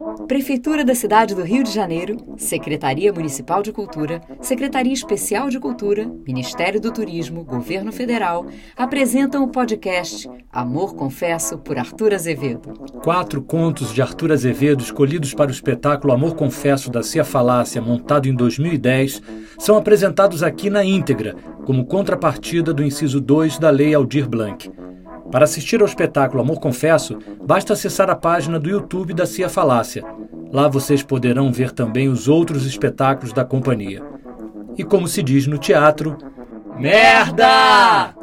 Prefeitura da cidade do Rio de Janeiro, Secretaria Municipal de Cultura, Secretaria Especial de Cultura, Ministério do Turismo, Governo Federal, apresentam o podcast Amor Confesso, por Arthur Azevedo. 4 contos de Arthur Azevedo escolhidos para o espetáculo Amor Confesso da Cia Falácia, montado em 2010, são apresentados aqui na íntegra, como contrapartida do inciso 2 da Lei Aldir Blanc. Para assistir ao espetáculo Amor Confesso, basta acessar a página do YouTube da Cia Falácia. Lá vocês poderão ver também os outros espetáculos da companhia. E como se diz no teatro, merda!